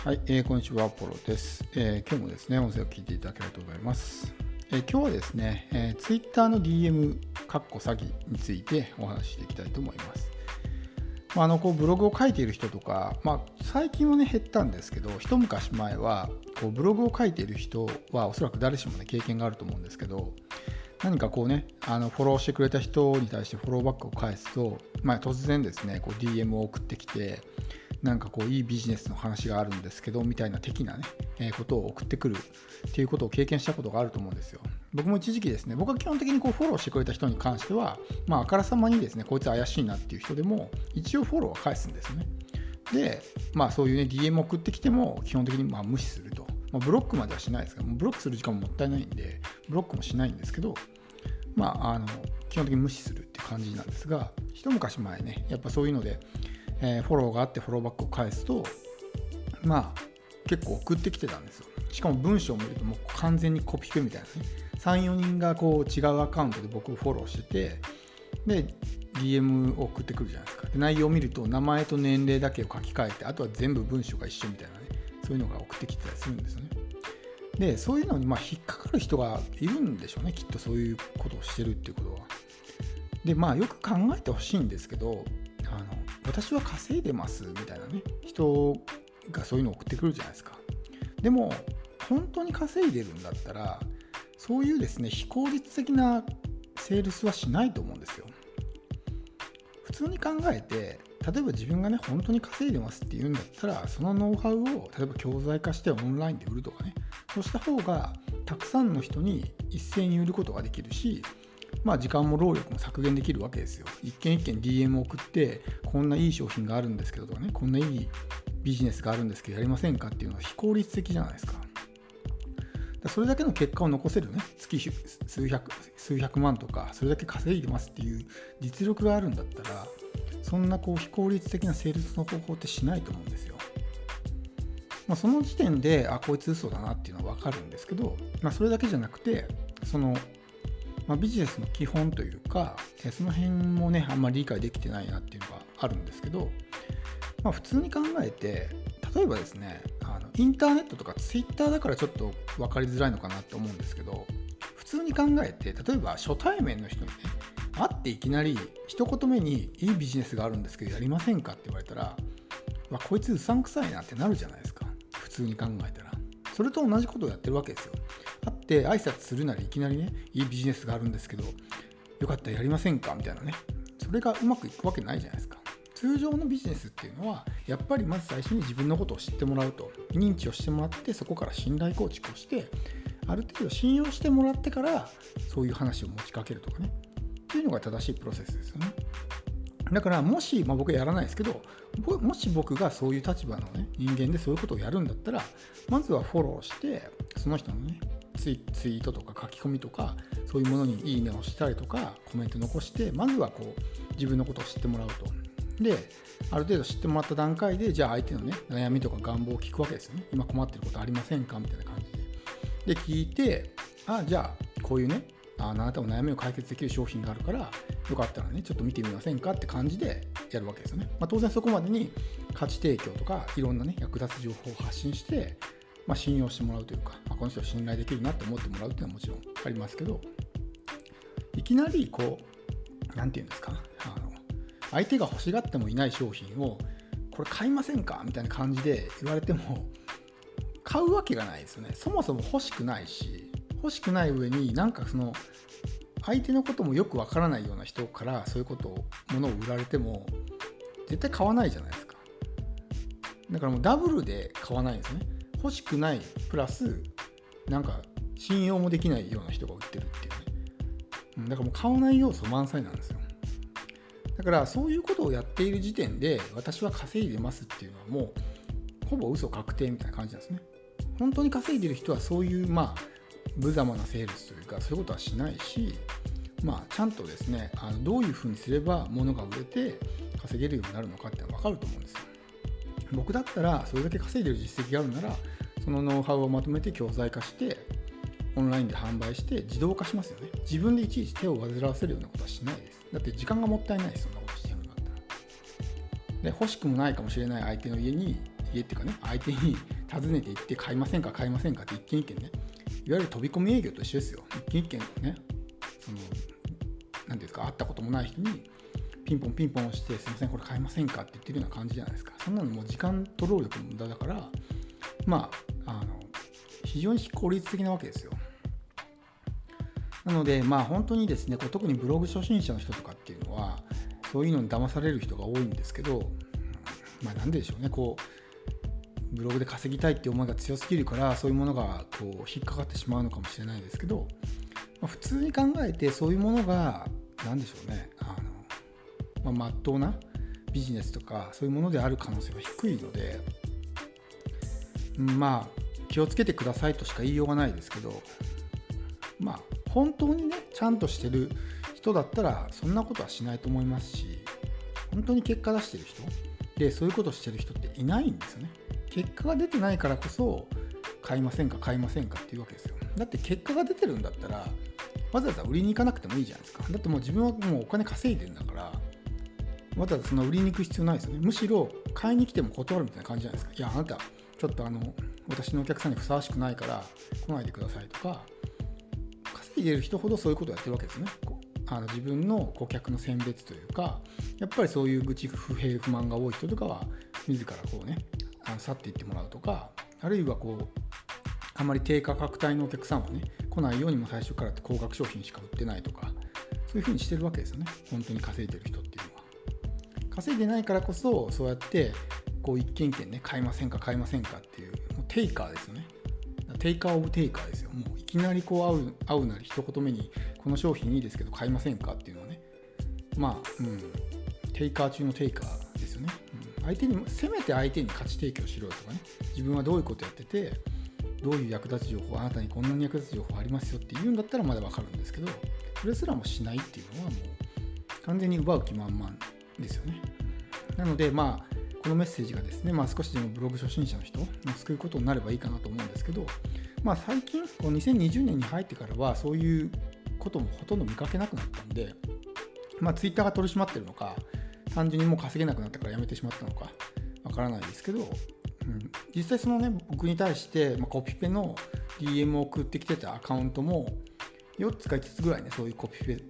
はい、こんにちは、ポロです。今日もですね、音声を聞いていただければと思います。今日はですね、Twitter の DM、詐欺についてお話ししていきたいと思います。ブログを書いている人とか、最近はね、減ったんですけど、一昔前はブログを書いている人はおそらく誰しもね、経験があると思うんですけど、何かフォローしてくれた人に対してフォローバックを返すと、突然ですね、DM を送ってきて、いいビジネスの話があるんですけどみたいな的なね、ことを送ってくるっていうことを経験したことがあると思うんですよ。僕も一時期ですね、僕は基本的にフォローしてくれた人に関しては、あからさまにですね、こいつ怪しいなっていう人でも一応フォローは返すんですよね。で、そういうね DM 送ってきても基本的に無視すると。ブロックまではしないですけど、ブロックする時間ももったいないんで、ブロックもしないんですけど、基本的に無視するっていう感じなんですが、一昔前ね、やっぱそういうので、フォローがあってフォローバックを返すと結構送ってきてたんですよ。しかも文章を見るともう完全にコピペみたいなね、 3,4 人が違うアカウントで僕をフォローしてて、で DM を送ってくるじゃないですか。で内容を見ると名前と年齢だけを書き換えて、あとは全部文章が一緒みたいなね、そういうのが送ってきてたりするんですよね。でそういうのに引っかかる人がいるんでしょうね、きっと。そういうことをしてるっていうことは。でよく考えてほしいんですけど、私は稼いでますみたいなね、人がそういうのを送ってくるじゃないですか。でも本当に稼いでるんだったら、そういうですね、非効率的なセールスはしないと思うんですよ。普通に考えて、例えば自分がね本当に稼いでますって言うんだったら、そのノウハウを例えば教材化してオンラインで売るとかね、そうした方がたくさんの人に一斉に売ることができるし、時間も労力も削減できるわけですよ。一件一件 DM を送って、こんないい商品があるんですけどとかね、こんないいビジネスがあるんですけどやりませんかっていうのは非効率的じゃないですか。それだけの結果を残せるね、月数百万とかそれだけ稼いでますっていう実力があるんだったら、そんな非効率的なセールスの方法ってしないと思うんですよ。その時点でこいつ嘘だなっていうのは分かるんですけど、それだけじゃなくて、ビジネスの基本というか、その辺もねあんまり理解できてないなっていうのがあるんですけど、普通に考えて、例えばですね、インターネットとかツイッターだからちょっと分かりづらいのかなって思うんですけど、普通に考えて、例えば初対面の人にね会っていきなり一言目にいいビジネスがあるんですけどやりませんかって言われたら、こいつうさんくさいなってなるじゃないですか、普通に考えたら。それと同じことをやってるわけですよ。会って挨拶するなりいきなりね、いいビジネスがあるんですけどよかったらやりませんかみたいなね、それがうまくいくわけないじゃないですか。通常のビジネスっていうのはやっぱりまず最初に自分のことを知ってもらうと、認知をしてもらって、そこから信頼構築をして、ある程度信用してもらってからそういう話を持ちかけるとかね、っていうのが正しいプロセスですよね。だからもし、僕はやらないですけど、もし僕がそういう立場の、ね、人間でそういうことをやるんだったら、まずはフォローして、その人のねツイートとか書き込みとか、そういうものにいいねをしたりとかコメント残して、まずは自分のことを知ってもらうと。である程度知ってもらった段階で、じゃあ相手のね悩みとか願望を聞くわけですよね。今困ってることありませんかみたいな感じで聞いて、じゃあこういうね、あなたの悩みを解決できる商品があるから、よかったらねちょっと見てみませんかって感じでやるわけですよね。当然そこまでに価値提供とかいろんなね役立つ情報を発信して、信用してもらうというか、この人を信頼できるなって思ってもらうっていうのはもちろんありますけど、いきなりなんていうんですか、相手が欲しがってもいない商品をこれ買いませんかみたいな感じで言われても買うわけがないですよね。そもそも欲しくないし、欲しくない上に相手のこともよくわからないような人からそういう物を売られても絶対買わないじゃないですか。だからもうダブルで買わないんですね。欲しくないプラス信用もできないような人が売ってるっていうね。だからもう買わない要素満載なんですよ。だからそういうことをやっている時点で、私は稼いでますっていうのはもうほぼ嘘確定みたいな感じなんですね。本当に稼いでる人はそういう無様なセールスというか、そういうことはしないし、ちゃんとですね、どういうふうにすれば物が売れて稼げるようになるのかっていうのが分かると思うんですよ。僕だったらそれだけ稼いでる実績があるなら、そのノウハウをまとめて教材化してオンラインで販売して自動化しますよね。自分でいちいち手を煩わせるようなことはしないです。だって時間がもったいないです、そんなことしてるんだったら。で欲しくもないかもしれない相手の家に家っていうかね、相手に訪ねて行って買いませんか買いませんかって一件一件ね、いわゆる飛び込み営業と一緒ですよ。一件一件ね、なんですか、会ったこともない人にピンポンピンポン押して、すいませんこれ買いませんかって言ってるような感じじゃないですか。そんなのもう時間と労力の無駄だから、非常に非効率的なわけですよ。なので本当にですね、特にブログ初心者の人とかっていうのはそういうのに騙される人が多いんですけど、なんででしょうね、ブログで稼ぎたいっていう思いが強すぎるから、そういうものが引っかかってしまうのかもしれないですけど、普通に考えてそういうものが何でしょうね、真っ当なビジネスとかそういうものである可能性は低いので、気をつけてくださいとしか言いようがないですけど、本当にねちゃんとしてる人だったらそんなことはしないと思いますし、本当に結果出してる人でそういうことをしてる人っていないんですよね。結果が出てないからこそ買いませんか買いませんかっていうわけですよ。だって結果が出てるんだったらわざわざ売りに行かなくてもいいじゃないですか。だってもう自分はもうお金稼いでるんだから、わざわざそんな売りに行く必要ないですよね。むしろ買いに来ても断るみたいな感じじゃないですか。いやあなたちょっと私のお客さんにふさわしくないから来ないでくださいとか、稼いでる人ほどそういうことをやってるわけですね。自分の顧客の選別というか、やっぱりそういう愚痴不平不満が多い人とかは自ら去っていってもらうとか、あるいはあまり低価格帯のお客さんはね来ないようにも最初から高額商品しか売ってないとか、そういう風にしてるわけですよね。本当に稼いでる人っていうのは稼いでないからこそ、そうやって一件一件ね買いませんか買いませんかっていう、もうテイカーですよね。テイカーオブテイカーですよ。もういきなり会うなり一言目にこの商品いいですけど買いませんかっていうのはね、テイカー中のテイカーですよね。せめて相手に価値提供しろよとかね、自分はどういうことやっててどういう役立つ情報、あなたにこんなに役立つ情報ありますよって言うんだったらまだわかるんですけど、それすらもしないっていうのはもう完全に奪う気満々ですよね。なのでこのメッセージがですね、少しでもブログ初心者の人を救うことになればいいかなと思うんですけど、最近2020年に入ってからはそういうこともほとんど見かけなくなったんで、ツイッターが取り締まってるのか、単純にもう稼げなくなったからやめてしまったのかわからないですけど、実際僕に対して、コピペの DM を送ってきてたアカウントも4つか5つぐらいね、そういうコピペ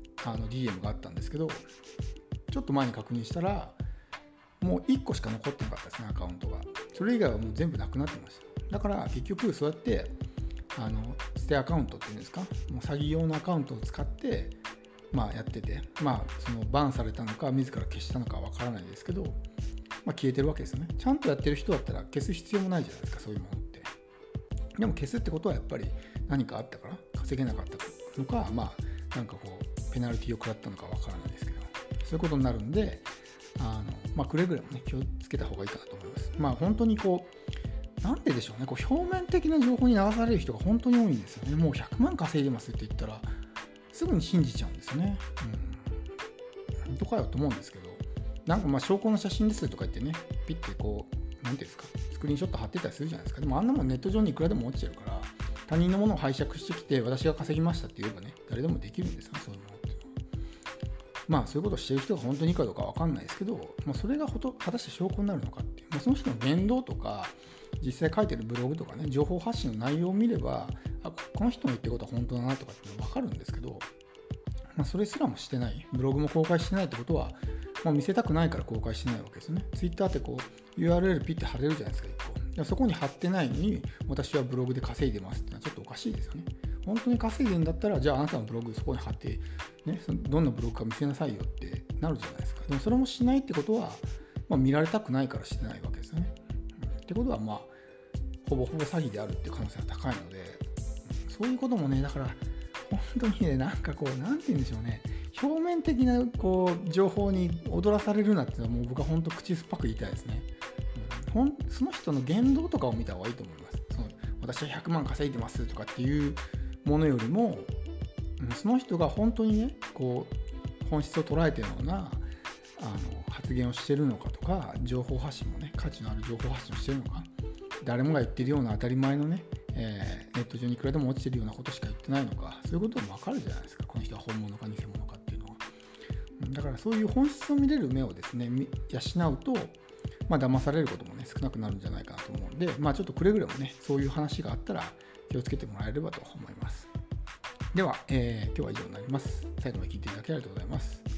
DM があったんですけど、ちょっと前に確認したらもう1個しか残ってなかったですね、アカウントが。それ以外はもう全部なくなってました。だから結局そうやって捨てアカウントっていうんですか、もう詐欺用のアカウントを使ってやってて、そのバンされたのか自ら消したのかは分からないですけど、消えてるわけですよね。ちゃんとやってる人だったら消す必要もないじゃないですか、そういうものって。でも消すってことはやっぱり何かあったから稼げなかったのか、ペナルティを食らったのか分からないですけど、そういうことになるんで、くれぐれもね気をつけた方がいいかなと思います。本当になんででしょうね、表面的な情報に流される人が本当に多いんですよね。もう100万稼いでますって言ったらすぐに信じちゃうんですよね。本当かよと思うんですけど、証拠の写真ですとか言ってね、ピッてなんていうんですか、スクリーンショット貼ってたりするじゃないですか。でもあんなもんネット上にいくらでも落ちてるから、他人のものを拝借してきて私が稼ぎましたって言えばね、誰でもできるんですよ、そういうものっていうのは。そういうことをしている人が本当にいいかどうかわかんないですけど、それが果たして証拠になるのかっていう、その人の言動とか実際書いてるブログとかね、情報発信の内容を見れば、この人の言ってることは本当だなとかっていうのは分かるんですけど、それすらもしてない、ブログも公開してないってことは、見せたくないから公開してないわけですよね。Twitter って URL ピッて貼れるじゃないですか、1個。そこに貼ってないのに私はブログで稼いでますってのはちょっとおかしいですよね。本当に稼いでるんだったら、じゃああなたのブログそこに貼って、ね、どんなブログか見せなさいよってなるじゃないですか。でもそれもしないってことは、見られたくないからしてないわけですよね。ってことはほぼほぼ詐欺であるっていう可能性が高いので、そういうこともね、だから本当にね、なんて言うんでしょうね、表面的な情報に踊らされるなっていうのはもう僕は本当口酸っぱく言いたいですね。その人の言動とかを見た方がいいと思います。私は100万稼いでますとかっていうものよりも、その人が本当にね本質を捉えているような発言をしているのかとか、情報発信もね、価値のある情報発信をしているのか、誰もが言っているような当たり前のね、ネット上にいくらでも落ちているようなことしか言ってないのか、そういうことも分かるじゃないですか、この人は本物か偽物かっていうのは。だからそういう本質を見れる目をですね養うと、 騙されることもね、少なくなるんじゃないかなと思うんで、ちょっとくれぐれもね、そういう話があったら気をつけてもらえればと思います。では、今日は以上になります。最後まで聞いていただきありがとうございます。